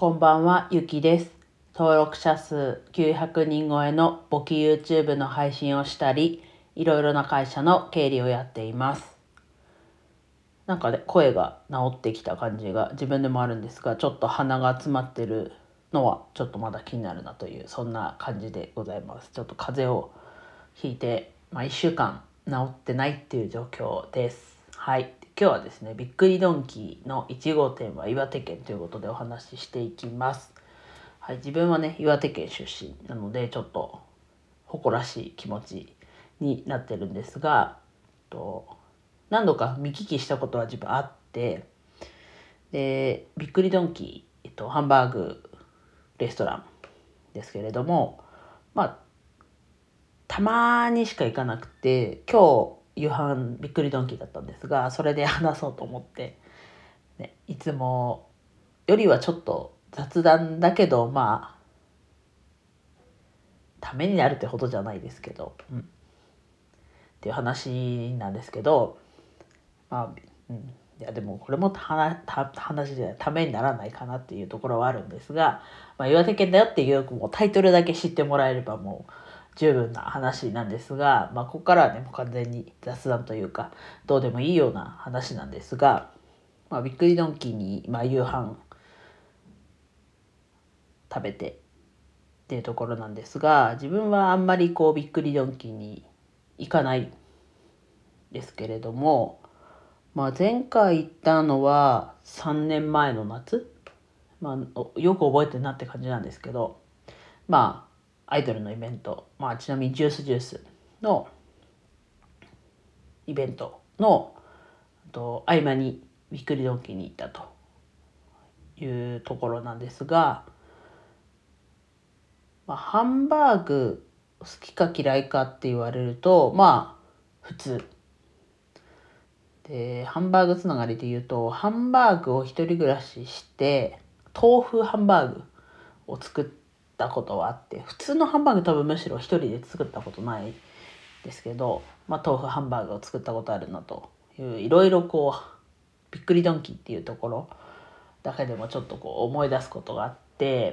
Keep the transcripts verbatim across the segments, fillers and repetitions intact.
こんばんは、ゆきです。登録者数きゅうひゃくにん超えの簿記 YouTube の配信をしたり、いろいろな会社の経理をやっています。なんかね、声が治ってきた感じが自分でもあるんですが、ちょっと鼻が詰まってるのはちょっとまだ気になるなという、そんな感じでございます。ちょっと風邪をひいて、まあ、いっしゅうかん治ってないっていう状況です。はい。今日はですね、びっくりドンキーのいち号店は岩手県ということでお話ししていきます。はい、自分はね、岩手県出身なので、ちょっと誇らしい気持ちになってるんですが、と何度か見聞きしたことは自分あって、で、びっくりドンキー、えっと、ハンバーグレストランですけれども、まあ、たまにしか行かなくて、今日夕飯びっくりドンキーだったんですが、それで話そうと思って、ね、いつもよりはちょっと雑談だけど、まあ、ためになるってほどじゃないですけど、うん、っていう話なんですけど、まあ、うん、いやでもこれも話話じゃない、ためにならないかなっていうところはあるんですが、まあ、岩手県だよっていうもうタイトルだけ知ってもらえればもう十分な話なんですが、まあ、ここからはねもう完全に雑談というかどうでもいいような話なんですが、まあ、びっくりドンキーに、まあ、夕飯食べてっていうところなんですが、自分はあんまりこうびっくりドンキーに行かないですけれども、まあ、前回行ったのはさんねんまえの夏、まあ、よく覚えてるなって感じなんですけど、まあアイドルのイベント、まあ、ちなみにジュースジュースのイベントのと合間にびっくりドンキーに行ったというところなんですが、まあ、ハンバーグ好きか嫌いかって言われるとまあ普通で、ハンバーグつながりで言うと、ハンバーグを一人暮らしして豆腐ハンバーグを作ったことはあって、普通のハンバーグ多分むしろ一人で作ったことないですけど、まあ、豆腐ハンバーグを作ったことあるなという、いろいろこうびっくりドンキーっていうところだけでもちょっとこう思い出すことがあって、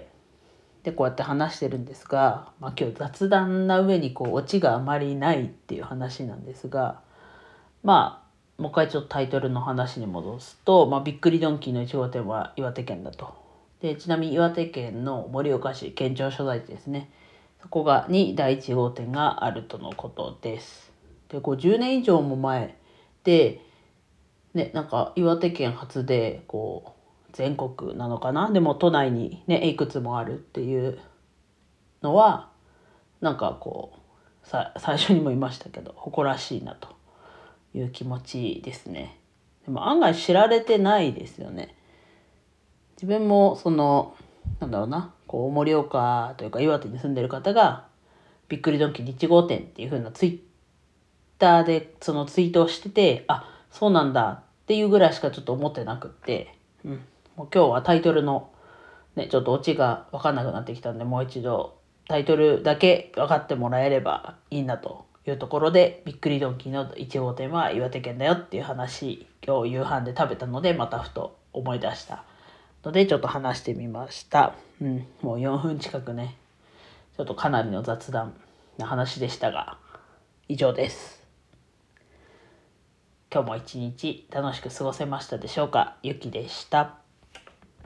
でこうやって話してるんですが、まあ、今日雑談な上にこうオチがあまりないっていう話なんですが、まあもう一回ちょっとタイトルの話に戻すと、まあ、びっくりドンキーのいち号店は岩手県だと。でちなみに岩手県の盛岡市県庁所在地ですね、そこがにだいいち号店があるとのことです。でこうじゅうねん以上も前で、ね、なんか岩手県初でこう全国なのかな、でも都内にねいくつもあるっていうのはなんかこうさ最初にも言いましたけど誇らしいなという気持ちですね。でも案外知られてないですよね。自分もそのなんだろうな、こう盛岡というか岩手に住んでる方がびっくりドンキーいち号店っていう風なツイッターでそのツイートをしてて、あ、そうなんだっていうぐらいしかちょっと思ってなくって、うん、もう今日はタイトルのねちょっとオチが分かんなくなってきたんで、もう一度タイトルだけ分かってもらえればいいなというところで、びっくりドンキーのいち号店は岩手県だよっていう話を夕飯で食べたので、またふと思い出したのでちょっと話してみました。うん、もうよんぷん近くね、ちょっとかなりの雑談な話でしたが、以上です。今日も一日楽しく過ごせましたでしょうか。ゆきでした。